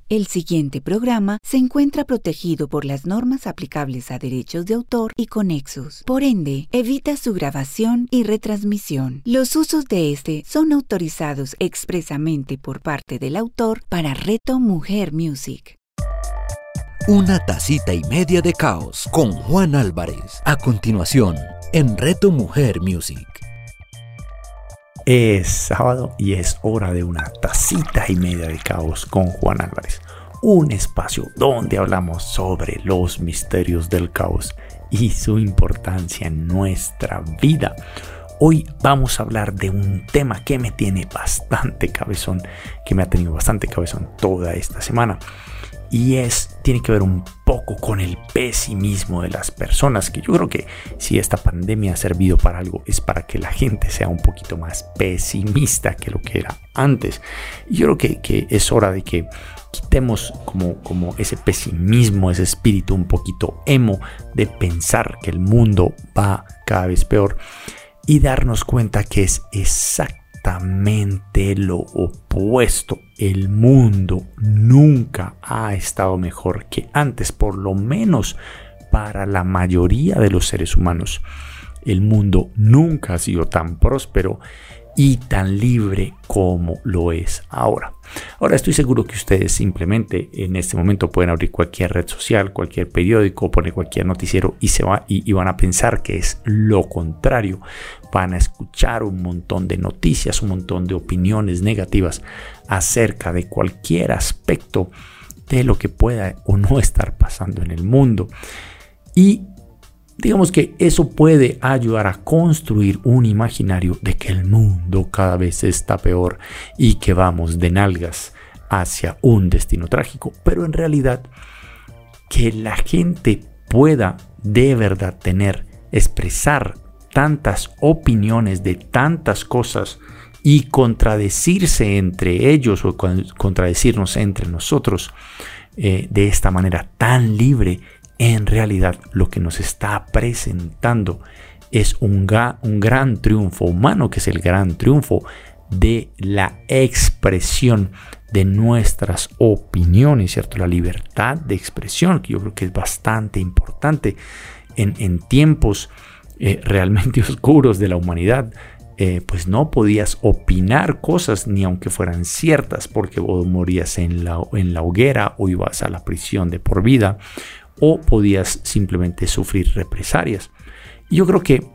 El siguiente programa se encuentra protegido por las normas aplicables a derechos de autor y conexos. Por ende, evita su grabación y retransmisión. Los usos de este son autorizados expresamente por parte del autor para Reto Mujer Music. Una tacita y media de caos con Juan Álvarez. A continuación, en Reto Mujer Music. Es sábado y es hora de una tacita y media de caos con Juan Álvarez. Un espacio donde hablamos sobre los misterios del caos y su importancia en nuestra vida. Hoy vamos a hablar de un tema que me tiene bastante cabezón, que me ha tenido bastante cabezón toda esta semana. Y tiene que ver un poco con el pesimismo de las personas, que yo creo que si esta pandemia ha servido para algo es para que la gente sea un poquito más pesimista que lo que era antes. Y yo creo que es hora de que quitemos como ese pesimismo, ese espíritu un poquito emo de pensar que el mundo va cada vez peor y darnos cuenta que es exactamente lo opuesto. El mundo nunca ha estado mejor que antes, por lo menos para la mayoría de los seres humanos. El mundo nunca ha sido tan próspero y tan libre como lo es ahora. Ahora estoy seguro que ustedes simplemente en este momento pueden abrir cualquier red social, cualquier periódico, poner cualquier noticiero y van a pensar que es lo contrario. Van a escuchar un montón de noticias, un montón de opiniones negativas acerca de cualquier aspecto de lo que pueda o no estar pasando en el mundo. Y digamos que eso puede ayudar a construir un imaginario de que el mundo cada vez está peor y que vamos de nalgas hacia un destino trágico. Pero en realidad, que la gente pueda de verdad expresar tantas opiniones de tantas cosas y contradecirse entre ellos o contradecirnos entre nosotros de esta manera tan libre, en realidad lo que nos está presentando es un gran triunfo humano, que es el gran triunfo de la expresión de nuestras opiniones, ¿cierto? La libertad de expresión, que yo creo que es bastante importante en tiempos realmente oscuros de la humanidad. Pues no podías opinar cosas ni aunque fueran ciertas, porque vos morías en la hoguera o ibas a la prisión de por vida, o podías simplemente sufrir represalias. Y yo creo que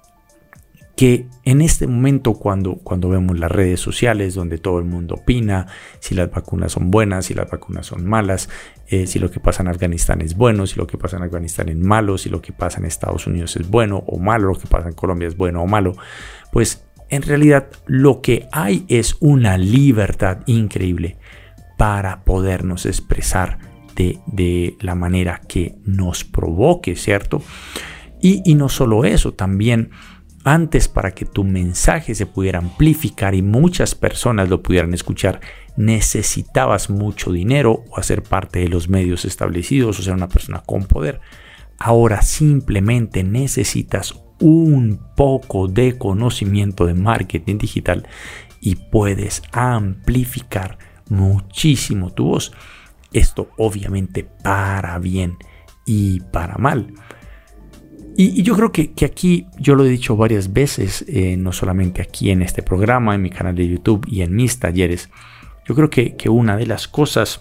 en este momento cuando vemos las redes sociales donde todo el mundo opina si las vacunas son buenas, si las vacunas son malas, si lo que pasa en Afganistán es bueno, si lo que pasa en Afganistán es malo, si lo que pasa en Estados Unidos es bueno o malo, lo que pasa en Colombia es bueno o malo, pues en realidad lo que hay es una libertad increíble para podernos expresar de la manera que nos provoque, ¿cierto? Y no solo eso, también antes, para que tu mensaje se pudiera amplificar y muchas personas lo pudieran escuchar, necesitabas mucho dinero o hacer parte de los medios establecidos o ser una persona con poder. Ahora simplemente necesitas un poco de conocimiento de marketing digital y puedes amplificar muchísimo tu voz. Esto obviamente para bien y para mal. Y yo creo que aquí, yo lo he dicho varias veces, no solamente aquí en este programa, en mi canal de YouTube y en mis talleres, yo creo que una de las cosas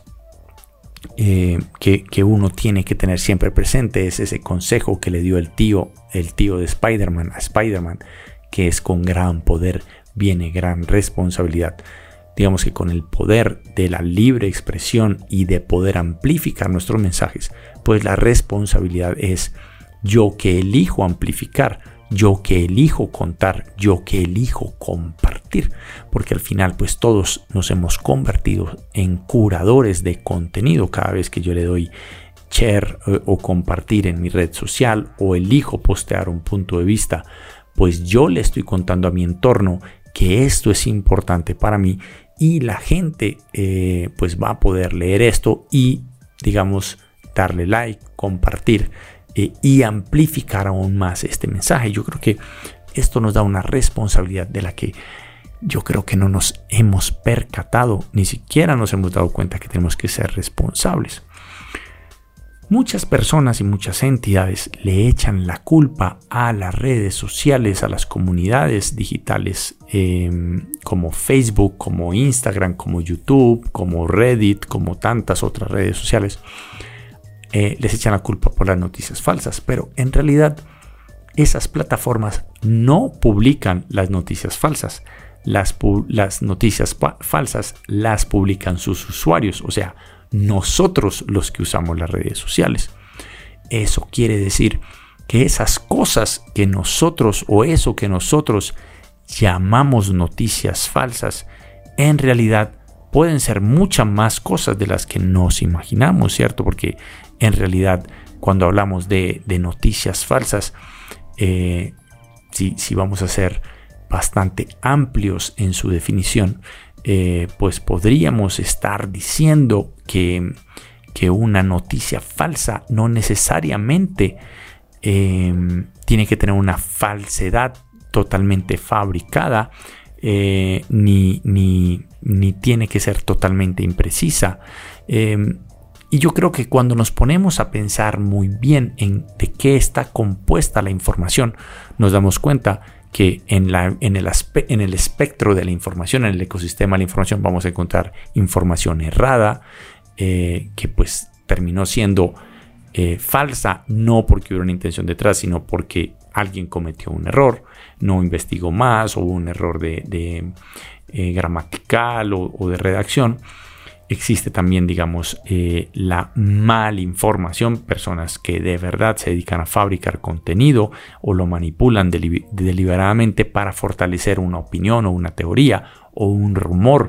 que uno tiene que tener siempre presente es ese consejo que le dio el tío de Spider-Man a Spider-Man, que es: con gran poder viene gran responsabilidad. Digamos que con el poder de la libre expresión y de poder amplificar nuestros mensajes, pues la responsabilidad es yo que elijo amplificar, yo que elijo contar, yo que elijo compartir, porque al final pues todos nos hemos convertido en curadores de contenido. Cada vez que yo le doy share o compartir en mi red social o elijo postear un punto de vista, pues yo le estoy contando a mi entorno que esto es importante para mí, y la gente pues va a poder leer esto y, digamos, darle like, compartir y amplificar aún más este mensaje. Yo creo que esto nos da una responsabilidad de la que yo creo que no nos hemos percatado, ni siquiera nos hemos dado cuenta que tenemos que ser responsables. Muchas personas y muchas entidades le echan la culpa a las redes sociales, a las comunidades digitales como Facebook, como Instagram, como YouTube, como Reddit, como tantas otras redes sociales. Les echan la culpa por las noticias falsas, pero en realidad esas plataformas no publican las noticias falsas. Las noticias falsas las publican sus usuarios, o sea, nosotros los que usamos las redes sociales. Eso quiere decir que esas cosas que nosotros o eso que nosotros llamamos noticias falsas, en realidad pueden ser muchas más cosas de las que nos imaginamos, ¿cierto? Porque en realidad cuando hablamos de noticias falsas, si vamos a ser bastante amplios en su definición, pues podríamos estar diciendo que una noticia falsa no necesariamente tiene que tener una falsedad totalmente fabricada, ni tiene que ser totalmente imprecisa. Y yo creo que cuando nos ponemos a pensar muy bien de qué está compuesta la información, nos damos cuenta que en el espectro de la información, en el ecosistema de la información, vamos a encontrar información errada, que pues terminó siendo falsa, no porque hubiera una intención detrás, sino porque alguien cometió un error, no investigó más, o hubo un error de gramatical o de redacción. Existe también, digamos, la malinformación, personas que de verdad se dedican a fabricar contenido o lo manipulan deliberadamente para fortalecer una opinión o una teoría o un rumor.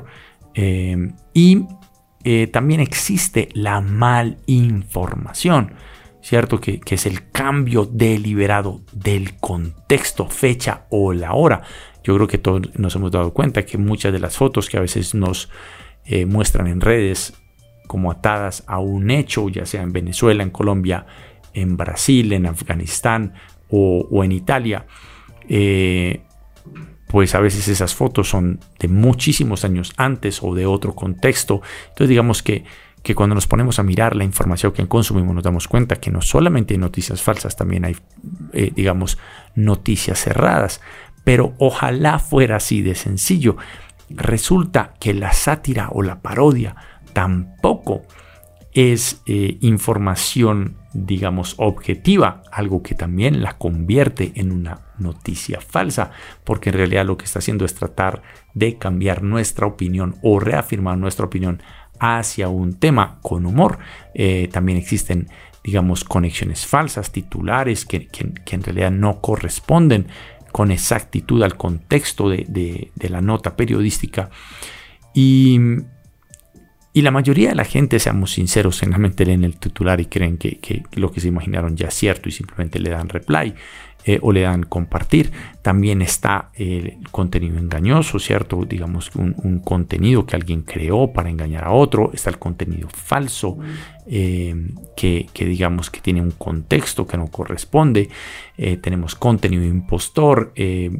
También existe la malinformación, ¿cierto? Que es el cambio deliberado del contexto, fecha o la hora. Yo creo que todos nos hemos dado cuenta que muchas de las fotos que a veces nos muestran en redes como atadas a un hecho, ya sea en Venezuela, en Colombia, en Brasil, en Afganistán o en Italia, pues a veces esas fotos son de muchísimos años antes o de otro contexto. Entonces digamos que cuando nos ponemos a mirar la información que consumimos, nos damos cuenta que no solamente hay noticias falsas, también hay digamos noticias erradas, pero ojalá fuera así de sencillo. Resulta que la sátira o la parodia tampoco es información, digamos, objetiva, algo que también la convierte en una noticia falsa, porque en realidad lo que está haciendo es tratar de cambiar nuestra opinión o reafirmar nuestra opinión hacia un tema con humor. También existen, digamos, conexiones falsas, titulares que en realidad no corresponden con exactitud al contexto de la nota periodística. Y la mayoría de la gente, seamos sinceros, generalmente leen el titular y creen que lo que se imaginaron ya es cierto y simplemente le dan reply o le dan compartir. También está el contenido engañoso, ¿cierto? Digamos un contenido que alguien creó para engañar a otro. Está el contenido falso, que digamos que tiene un contexto que no corresponde. Tenemos contenido impostor,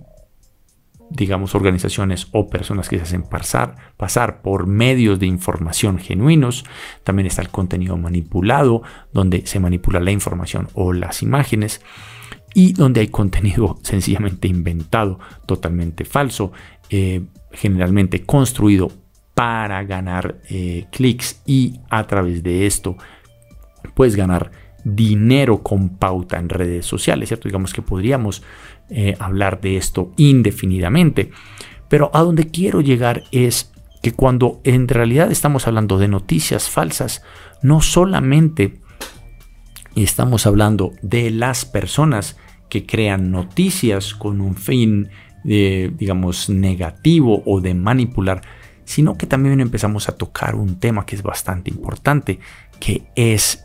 digamos organizaciones o personas que se hacen pasar por medios de información genuinos. También está el contenido manipulado, donde se manipula la información o las imágenes, y donde hay contenido sencillamente inventado, totalmente falso, generalmente construido para ganar clics, y a través de esto puedes ganar dinero con pauta en redes sociales, ¿cierto? Digamos que podríamos hablar de esto indefinidamente, pero a donde quiero llegar es que cuando en realidad estamos hablando de noticias falsas, no solamente estamos hablando de las personas que crean noticias con un fin, digamos, negativo o de manipular, sino que también empezamos a tocar un tema que es bastante importante, que es,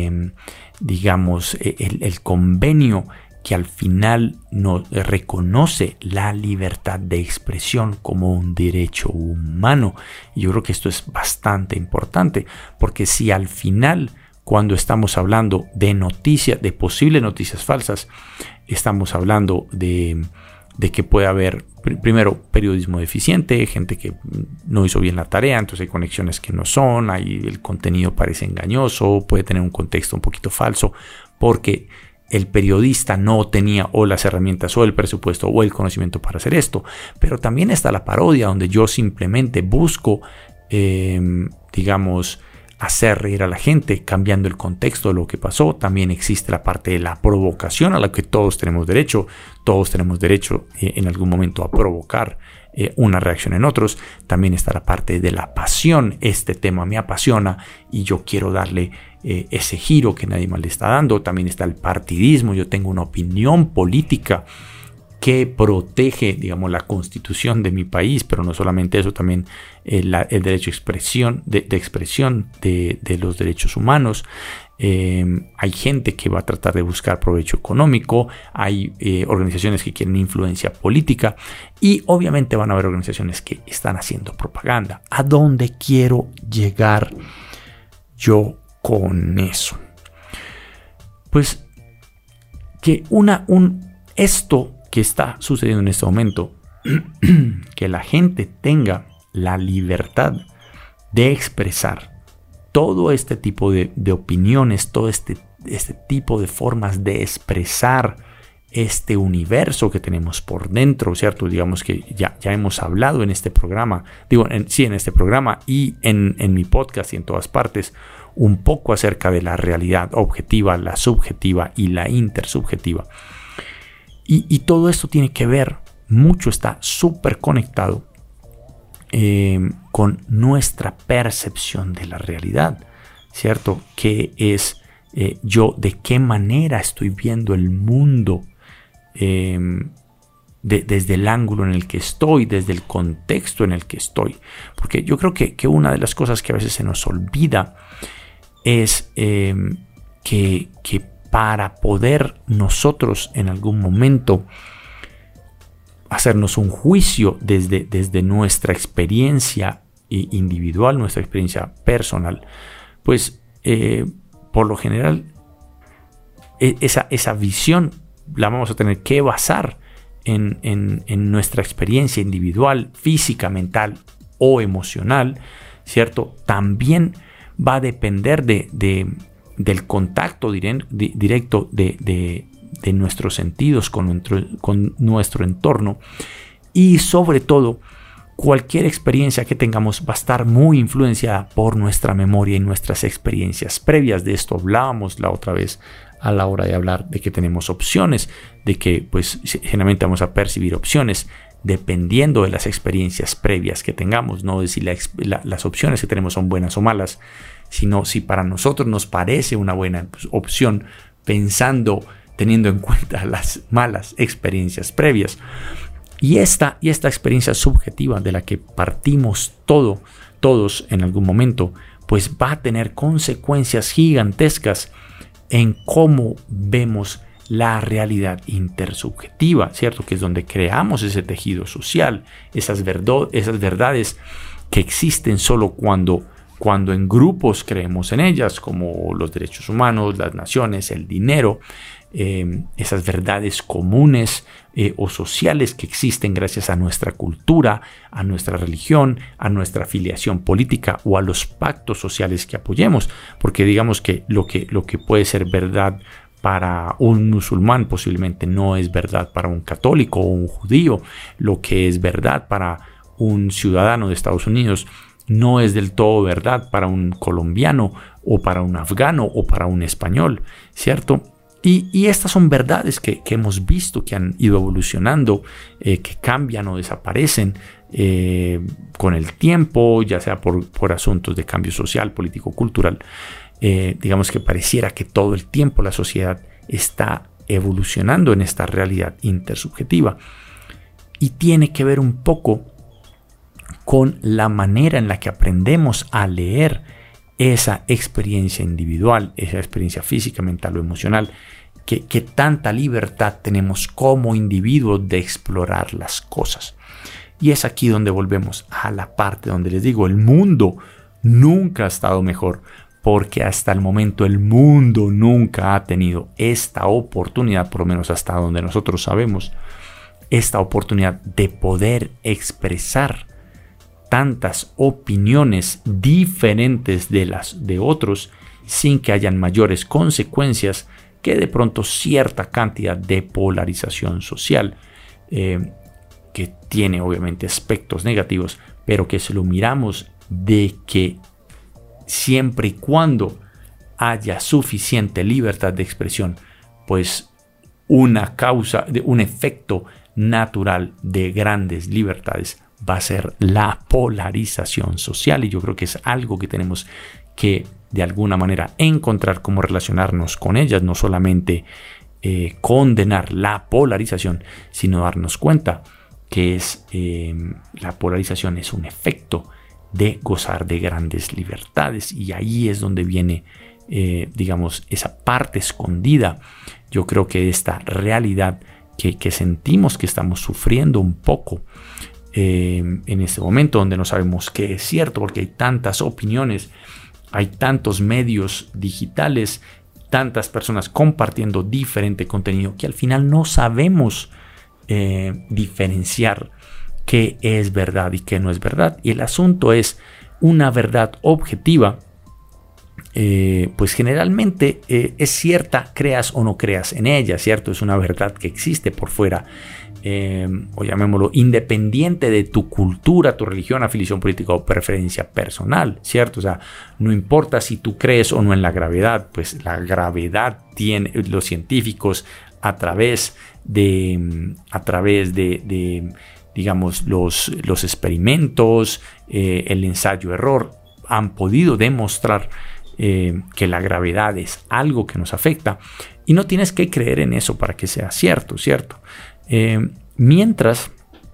digamos, el convenio que al final nos reconoce la libertad de expresión como un derecho humano. Y yo creo que esto es bastante importante, porque si al final, cuando estamos hablando de noticias, de posibles noticias falsas, estamos hablando de de que puede haber, primero, periodismo deficiente, gente que no hizo bien la tarea, entonces hay conexiones que no son, ahí el contenido parece engañoso, puede tener un contexto un poquito falso, porque el periodista no tenía o las herramientas o el presupuesto o el conocimiento para hacer esto. Pero también está la parodia, donde yo simplemente busco, hacer reír a la gente cambiando el contexto de lo que pasó. También existe la parte de la provocación, a la que todos tenemos derecho. Todos tenemos derecho en algún momento a provocar una reacción en otros. También está la parte de la pasión. Este tema me apasiona y yo quiero darle ese giro que nadie más le está dando. También está el partidismo. Yo tengo una opinión política que protege, la constitución de mi país, pero no solamente eso, también el derecho de expresión de los derechos humanos. Hay gente que va a tratar de buscar provecho económico, hay organizaciones que quieren influencia política y obviamente van a haber organizaciones que están haciendo propaganda. ¿A dónde quiero llegar yo con eso? Pues que esto que está sucediendo en este momento, que la gente tenga la libertad de expresar todo este tipo de opiniones, todo este tipo de formas de expresar este universo que tenemos por dentro, ¿cierto? Digamos que ya hemos hablado en este programa, en este programa y en mi podcast y en todas partes, un poco acerca de la realidad objetiva, la subjetiva y la intersubjetiva. Y todo esto tiene que ver, mucho está súper conectado con nuestra percepción de la realidad, ¿cierto? Que es yo de qué manera estoy viendo el mundo desde el ángulo en el que estoy, desde el contexto en el que estoy. Porque yo creo que una de las cosas que a veces se nos olvida es que para poder nosotros en algún momento hacernos un juicio desde nuestra experiencia individual, nuestra experiencia personal, pues por lo general esa visión la vamos a tener que basar en nuestra experiencia individual, física, mental o emocional, ¿cierto? También va a depender del contacto directo de nuestros sentidos con nuestro entorno, y sobre todo cualquier experiencia que tengamos va a estar muy influenciada por nuestra memoria y nuestras experiencias previas. De esto hablábamos la otra vez a la hora de hablar de que tenemos opciones, de que pues generalmente vamos a percibir opciones dependiendo de las experiencias previas que tengamos, no de si las opciones que tenemos son buenas o malas, sino si para nosotros nos parece una buena opción, teniendo en cuenta las malas experiencias previas. Y esta experiencia subjetiva de la que partimos todos en algún momento, pues va a tener consecuencias gigantescas en cómo vemos la realidad intersubjetiva, ¿cierto? Que es donde creamos ese tejido social, esas verdades que existen solo cuando en grupos creemos en ellas, como los derechos humanos, las naciones, el dinero, esas verdades comunes o sociales que existen gracias a nuestra cultura, a nuestra religión, a nuestra afiliación política o a los pactos sociales que apoyemos, porque digamos que lo que puede ser verdad para un musulmán posiblemente no es verdad para un católico o un judío. Lo que es verdad para un ciudadano de Estados Unidos no es del todo verdad para un colombiano o para un afgano o para un español, ¿cierto? Y estas son verdades que hemos visto que han ido evolucionando, que cambian o desaparecen con el tiempo, ya sea por asuntos de cambio social, político, cultural. Digamos que pareciera que todo el tiempo la sociedad está evolucionando en esta realidad intersubjetiva, y tiene que ver un poco con la manera en la que aprendemos a leer esa experiencia individual, esa experiencia física, mental o emocional, que tanta libertad tenemos como individuos de explorar las cosas. Y es aquí donde volvemos a la parte donde les digo, el mundo nunca ha estado mejor, porque hasta el momento el mundo nunca ha tenido esta oportunidad, por lo menos hasta donde nosotros sabemos, esta oportunidad de poder expresar tantas opiniones diferentes de las de otros sin que hayan mayores consecuencias que de pronto cierta cantidad de polarización social, que tiene obviamente aspectos negativos, pero que si lo miramos de que siempre y cuando haya suficiente libertad de expresión, pues una causa, un efecto natural de grandes libertades va a ser la polarización social. Y yo creo que es algo que tenemos que de alguna manera encontrar cómo relacionarnos con ellas, no solamente condenar la polarización, sino darnos cuenta que la polarización es un efecto de gozar de grandes libertades. Y ahí es donde viene, digamos, esa parte escondida, yo creo que esta realidad que sentimos que estamos sufriendo un poco en este momento, donde no sabemos qué es cierto, porque hay tantas opiniones, hay tantos medios digitales, tantas personas compartiendo diferente contenido, que al final no sabemos diferenciar qué es verdad y qué no es verdad. Y el asunto es una verdad objetiva, pues generalmente es cierta, creas o no creas en ella, ¿cierto? Es una verdad que existe por fuera, o llamémoslo, independiente de tu cultura, tu religión, afiliación política o preferencia personal, ¿cierto? O sea, no importa si tú crees o no en la gravedad, pues la gravedad tiene los científicos a través de digamos, los experimentos, el ensayo-error, han podido demostrar que la gravedad es algo que nos afecta, y no tienes que creer en eso para que sea cierto, ¿cierto? Mientras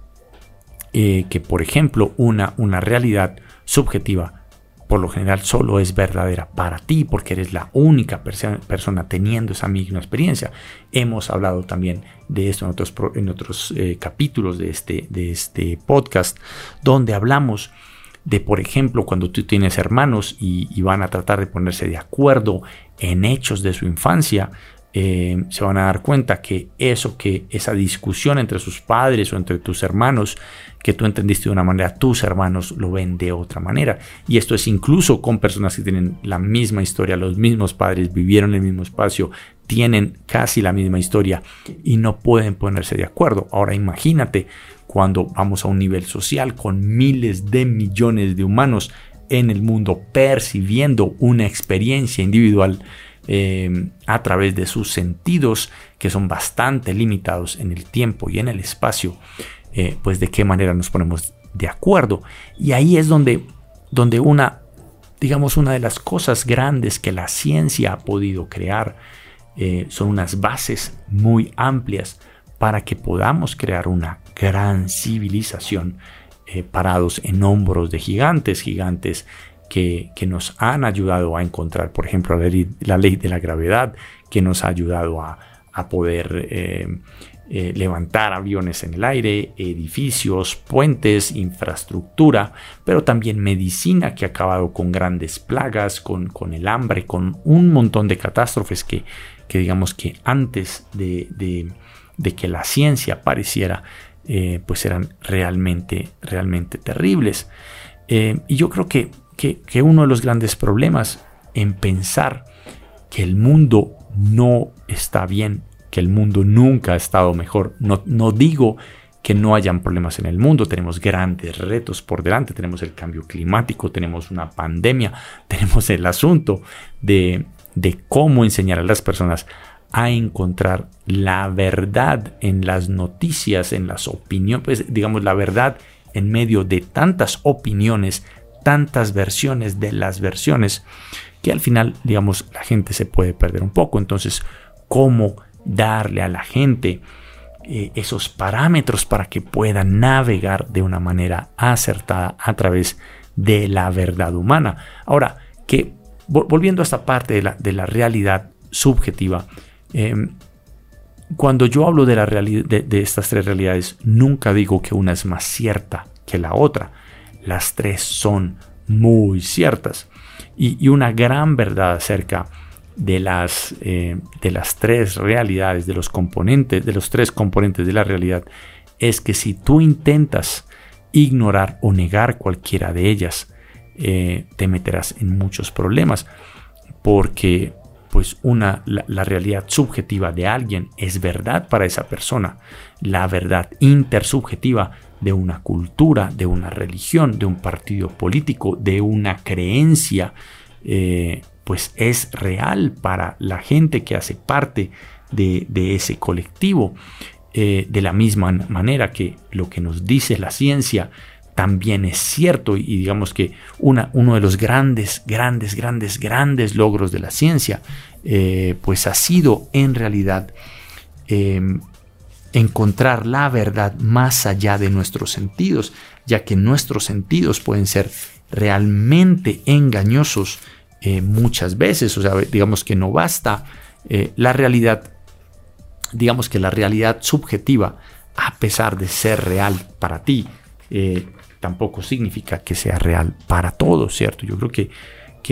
que, por ejemplo, una realidad subjetiva por lo general solo es verdadera para ti, porque eres la única persona teniendo esa misma experiencia. Hemos hablado también de esto en otros capítulos de este podcast, donde hablamos de, por ejemplo, cuando tú tienes hermanos y van a tratar de ponerse de acuerdo en hechos de su infancia, se van a dar cuenta que esa discusión entre sus padres o entre tus hermanos, que tú entendiste de una manera, tus hermanos lo ven de otra manera. Y esto es incluso con personas que tienen la misma historia, los mismos padres, vivieron en el mismo espacio, tienen casi la misma historia y no pueden ponerse de acuerdo. Ahora imagínate cuando vamos a un nivel social con miles de millones de humanos en el mundo percibiendo una experiencia individual a través de sus sentidos, que son bastante limitados en el tiempo y en el espacio, pues de qué manera nos ponemos de acuerdo. Y ahí es donde una de las cosas grandes que la ciencia ha podido crear son unas bases muy amplias para que podamos crear una gran civilización parados en hombros de gigantes que nos han ayudado a encontrar, por ejemplo, la ley de la gravedad, que nos ha ayudado a poder levantar aviones en el aire, edificios, puentes, infraestructura, pero también medicina, que ha acabado con grandes plagas, con el hambre, con un montón de catástrofes que digamos que antes de que la ciencia apareciera, pues eran realmente terribles. Y yo creo que uno de los grandes problemas en pensar que el mundo no está bien, que el mundo nunca ha estado mejor, no digo que no hayan problemas en el mundo, tenemos grandes retos por delante, tenemos el cambio climático, tenemos una pandemia, tenemos el asunto de cómo enseñar a las personas a encontrar la verdad en las noticias, en las opiniones, pues digamos la verdad en medio de tantas opiniones, tantas versiones de las versiones, que al final, digamos, la gente se puede perder un poco. Entonces, ¿cómo darle a la gente esos parámetros para que puedan navegar de una manera acertada a través de la verdad humana? Ahora, que volviendo a esta parte de la realidad subjetiva, cuando yo hablo de estas tres realidades, nunca digo que una es más cierta que la otra. Las tres son muy ciertas, y una gran verdad acerca de las tres realidades, de los tres componentes de la realidad, es que si tú intentas ignorar o negar cualquiera de ellas, te meterás en muchos problemas, porque pues la realidad subjetiva de alguien es verdad para esa persona. La verdad intersubjetiva de una cultura, de una religión, de un partido político, de una creencia, pues es real para la gente que hace parte de ese colectivo. De la misma manera que lo que nos dice la ciencia también es cierto, y digamos que uno de los grandes logros de la ciencia pues ha sido en realidad encontrar la verdad más allá de nuestros sentidos, ya que nuestros sentidos pueden ser realmente engañosos muchas veces. O sea, digamos que no basta la realidad, digamos que la realidad subjetiva, a pesar de ser real para ti, tampoco significa que sea real para todos, ¿cierto? Yo creo que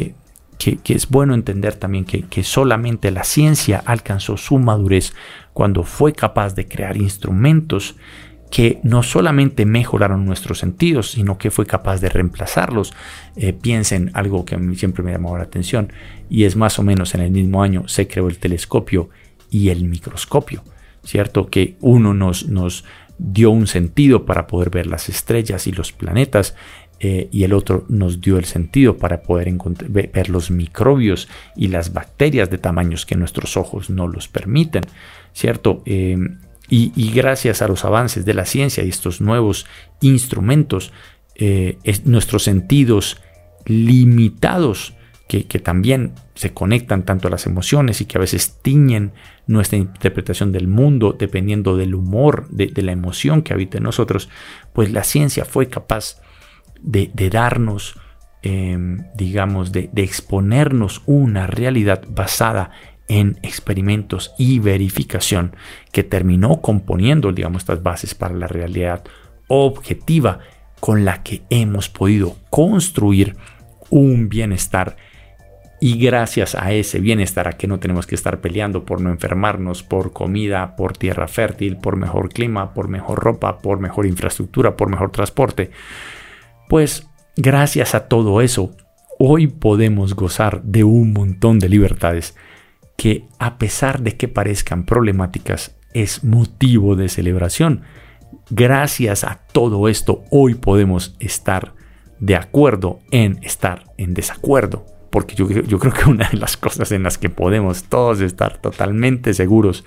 es bueno entender también que solamente la ciencia alcanzó su madurez cuando fue capaz de crear instrumentos que no solamente mejoraron nuestros sentidos, sino que fue capaz de reemplazarlos. Piensen algo que a mí siempre me llamó la atención, y es más o menos en el mismo año se creó el telescopio y el microscopio, ¿cierto? Que uno nos dio un sentido para poder ver las estrellas y los planetas, y el otro nos dio el sentido para poder ver los microbios y las bacterias de tamaños que nuestros ojos no los permiten, ¿cierto? Y gracias a los avances de la ciencia y estos nuevos instrumentos, nuestros sentidos limitados, que también se conectan tanto a las emociones y que a veces tiñen nuestra interpretación del mundo dependiendo del humor, de la emoción que habita en nosotros, pues la ciencia fue capaz de darnos, digamos, de exponernos una realidad basada en experimentos y verificación, que terminó componiendo, digamos, estas bases para la realidad objetiva con la que hemos podido construir un bienestar. Y gracias a ese bienestar, a que no tenemos que estar peleando por no enfermarnos, por comida, por tierra fértil, por mejor clima, por mejor ropa, por mejor infraestructura, por mejor transporte, pues gracias a todo eso, hoy podemos gozar de un montón de libertades que, a pesar de que parezcan problemáticas, es motivo de celebración. Gracias a todo esto, hoy podemos estar de acuerdo en estar en desacuerdo. Porque yo creo que una de las cosas en las que podemos todos estar totalmente seguros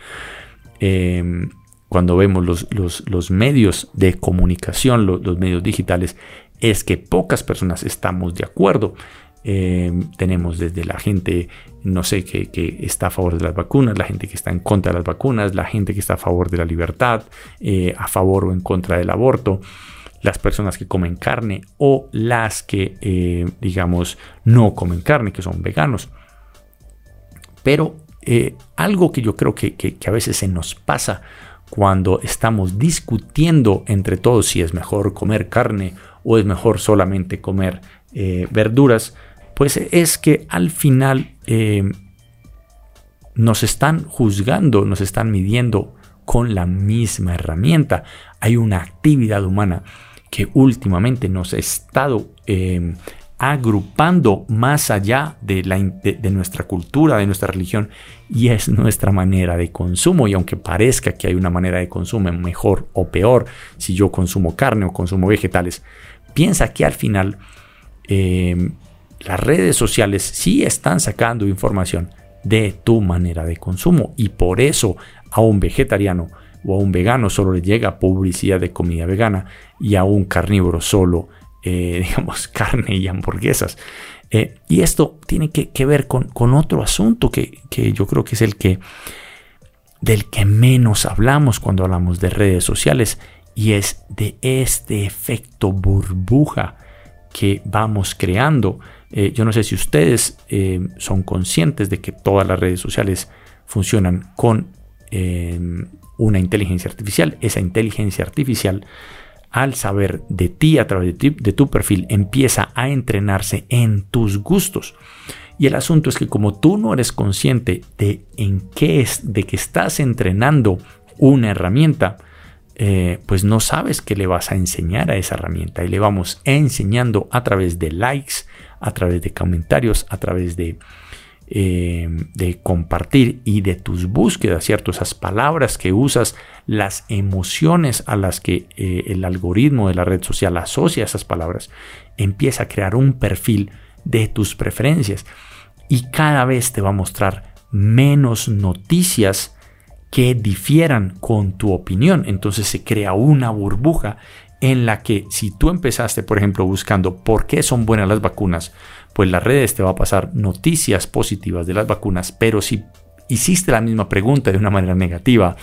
cuando vemos los medios de comunicación, los medios digitales, es que pocas personas estamos de acuerdo. Tenemos desde la gente, no sé, que está a favor de las vacunas, la gente que está en contra de las vacunas, la gente que está a favor de la libertad, a favor o en contra del aborto, las personas que comen carne o las que, digamos, no comen carne, que son veganos. Pero algo que yo creo que a veces se nos pasa cuando estamos discutiendo entre todos si es mejor comer carne o es mejor solamente comer verduras, pues es que al final nos están juzgando, nos están midiendo con la misma herramienta. Hay una actividad humana que últimamente nos ha estado agrupando más allá de nuestra cultura, de nuestra religión, y es nuestra manera de consumo. Y aunque parezca que hay una manera de consumo mejor o peor, si yo consumo carne o consumo vegetales, piensa que al final las redes sociales sí están sacando información de tu manera de consumo, y por eso a un vegetariano o a un vegano solo le llega publicidad de comida vegana, y a un carnívoro solo digamos, carne y hamburguesas. Y esto tiene que ver con otro asunto que yo creo que es del que menos hablamos cuando hablamos de redes sociales, y es de este efecto burbuja que vamos creando. Yo no sé si ustedes son conscientes de que todas las redes sociales funcionan con una inteligencia artificial. Esa inteligencia artificial, al saber de ti a través de tu perfil, empieza a entrenarse en tus gustos. Y el asunto es que como tú no eres consciente de que estás entrenando una herramienta, pues no sabes qué le vas a enseñar a esa herramienta, y le vamos enseñando a través de likes, a través de comentarios, a través de compartir y de tus búsquedas, ¿cierto? Esas palabras que usas, las emociones a las que el algoritmo de la red social asocia esas palabras, empieza a crear un perfil de tus preferencias, y cada vez te va a mostrar menos noticias que difieran con tu opinión. Entonces se crea una burbuja en la que, si tú empezaste, por ejemplo, buscando por qué son buenas las vacunas, pues las redes te va a pasar noticias positivas de las vacunas. Pero si hiciste la misma pregunta de una manera negativa,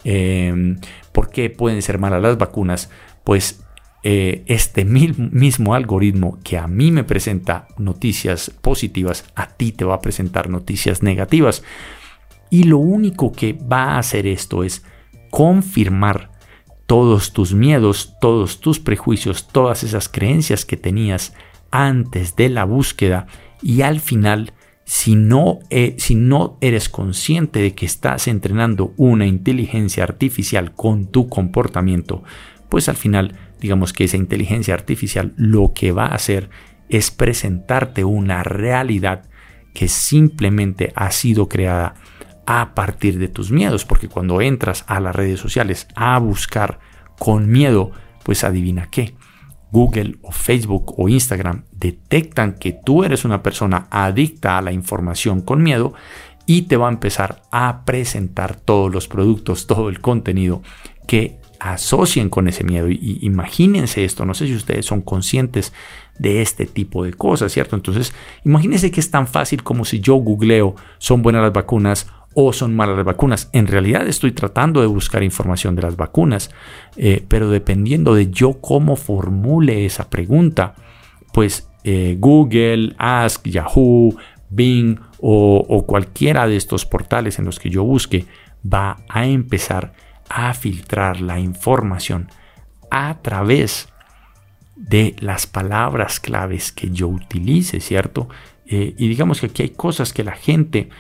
¿por qué pueden ser malas las vacunas? Pues este mismo algoritmo que a mí me presenta noticias positivas, a ti te va a presentar noticias negativas. Y lo único que va a hacer esto es confirmar todos tus miedos, todos tus prejuicios, todas esas creencias que tenías antes de la búsqueda. Y al final, si no eres consciente de que estás entrenando una inteligencia artificial con tu comportamiento, pues al final, digamos que esa inteligencia artificial lo que va a hacer es presentarte una realidad que simplemente ha sido creada a partir de tus miedos, porque cuando entras a las redes sociales a buscar con miedo, pues adivina qué, Google o Facebook o Instagram detectan que tú eres una persona adicta a la información con miedo, y te va a empezar a presentar todos los productos, todo el contenido que asocien con ese miedo. Y imagínense esto, no sé si ustedes son conscientes de este tipo de cosas, ¿cierto? Entonces, imagínense que es tan fácil como si yo googleo ¿son buenas las vacunas o son malas las vacunas? En realidad estoy tratando de buscar información de las vacunas, pero dependiendo de yo cómo formule esa pregunta, pues Google, Ask, Yahoo, Bing o cualquiera de estos portales en los que yo busque va a empezar a filtrar la información a través de las palabras claves que yo utilice, ¿cierto? Y digamos que aquí hay cosas que la gente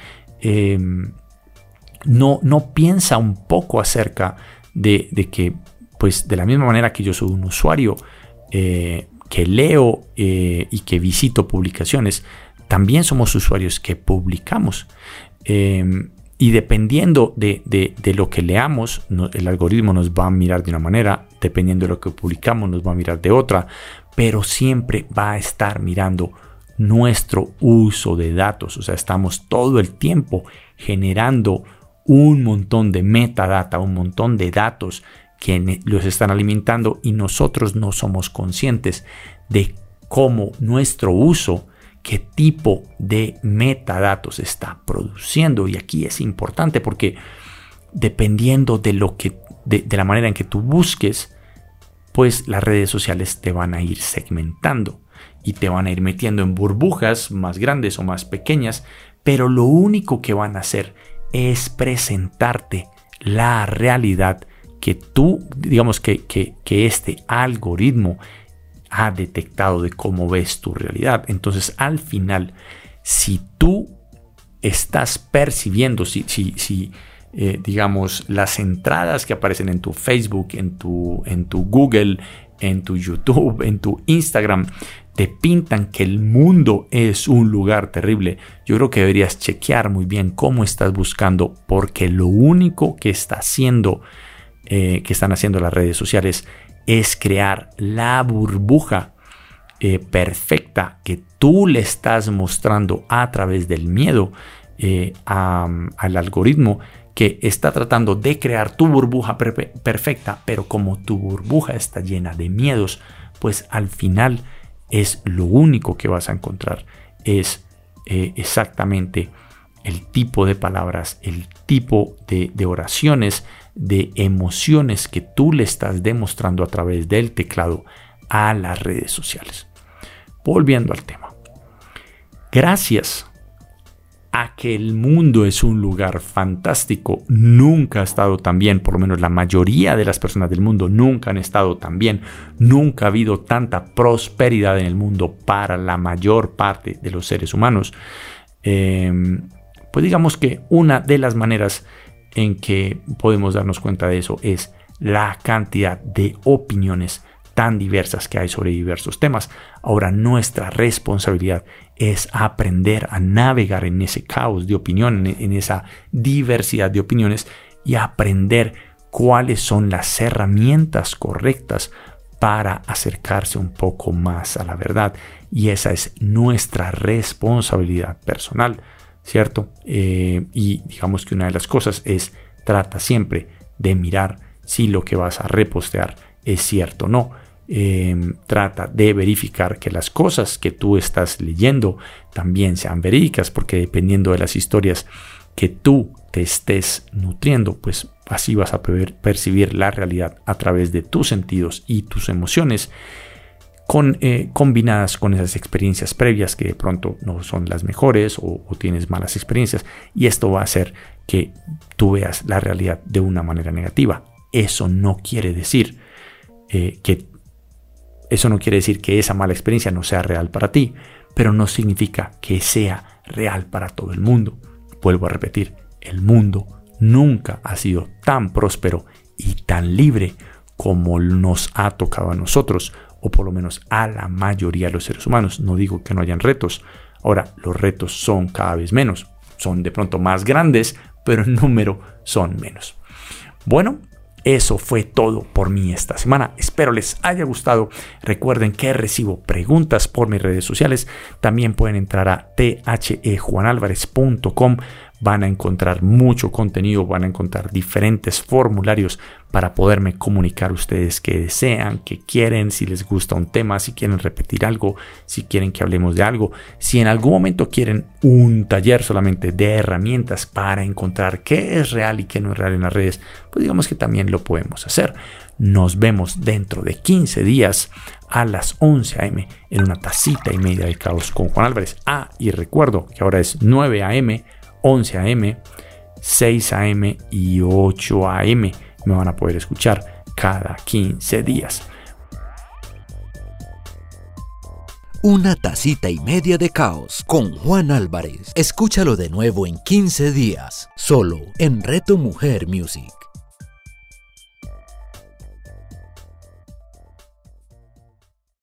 no piensa un poco acerca de que, pues de la misma manera que yo soy un usuario que leo y que visito publicaciones, también somos usuarios que publicamos. Y dependiendo de lo que leamos, el algoritmo nos va a mirar de una manera, dependiendo de lo que publicamos nos va a mirar de otra, pero siempre va a estar mirando nuestro uso de datos. O sea, estamos todo el tiempo generando un montón de metadata, un montón de datos que los están alimentando, y nosotros no somos conscientes de cómo nuestro uso, qué tipo de metadatos está produciendo. Y aquí es importante porque dependiendo de la manera en que tú busques, pues las redes sociales te van a ir segmentando y te van a ir metiendo en burbujas más grandes o más pequeñas, pero lo único que van a hacer es presentarte la realidad que tú, digamos que este algoritmo ha detectado de cómo ves tu realidad. Entonces, al final, si tú estás percibiendo, digamos, las entradas que aparecen en tu Facebook, en tu Google, en tu YouTube, en tu Instagram, te pintan que el mundo es un lugar terrible, yo creo que deberías chequear muy bien cómo estás buscando, porque lo único que están haciendo las redes sociales es crear la burbuja perfecta que tú le estás mostrando a través del miedo al algoritmo, que está tratando de crear tu burbuja perfecta, pero como tu burbuja está llena de miedos, pues al final es lo único que vas a encontrar, es exactamente el tipo de palabras, el tipo de oraciones, de emociones que tú le estás demostrando a través del teclado a las redes sociales. Volviendo al tema, gracias a que el mundo es un lugar fantástico, nunca ha estado tan bien, por lo menos la mayoría de las personas del mundo nunca han estado tan bien, nunca ha habido tanta prosperidad en el mundo para la mayor parte de los seres humanos. Pues digamos que una de las maneras en que podemos darnos cuenta de eso es la cantidad de opiniones tan diversas que hay sobre diversos temas. Ahora nuestra responsabilidad es aprender a navegar en ese caos de opinión, en esa diversidad de opiniones, y aprender cuáles son las herramientas correctas para acercarse un poco más a la verdad. Y esa es nuestra responsabilidad personal, ¿cierto? Y digamos que una de las cosas es: trata siempre de mirar si lo que vas a repostear es cierto o no. Trata de verificar que las cosas que tú estás leyendo también sean verídicas, porque dependiendo de las historias que tú te estés nutriendo, pues así vas a poder percibir la realidad a través de tus sentidos y tus emociones, combinadas con esas experiencias previas que de pronto no son las mejores, o tienes malas experiencias, y esto va a hacer que tú veas la realidad de una manera negativa. Eso no quiere decir que esa mala experiencia no sea real para ti, pero no significa que sea real para todo el mundo. Vuelvo a repetir, el mundo nunca ha sido tan próspero y tan libre como nos ha tocado a nosotros, o por lo menos a la mayoría de los seres humanos. No digo que no hayan retos. Ahora, los retos son cada vez menos. Son de pronto más grandes, pero en número son menos. Bueno, eso fue todo por mí esta semana. Espero les haya gustado. Recuerden que recibo preguntas por mis redes sociales. También pueden entrar a thejuanalvarez.com. Van a encontrar mucho contenido, van a encontrar diferentes formularios para poderme comunicar ustedes que desean, que quieren, si les gusta un tema, si quieren repetir algo, si quieren que hablemos de algo, si en algún momento quieren un taller solamente de herramientas para encontrar qué es real y qué no es real en las redes, pues digamos que también lo podemos hacer. Nos vemos dentro de 15 días a las 11 a.m. en una tacita y media de caos con Juan Álvarez. Y recuerdo que ahora es 9 a.m., 11 a.m., 6 a.m. y 8 a.m. Me van a poder escuchar cada 15 días. Una tacita y media de caos con Juan Álvarez. Escúchalo de nuevo en 15 días, solo en Reto Mujer Music.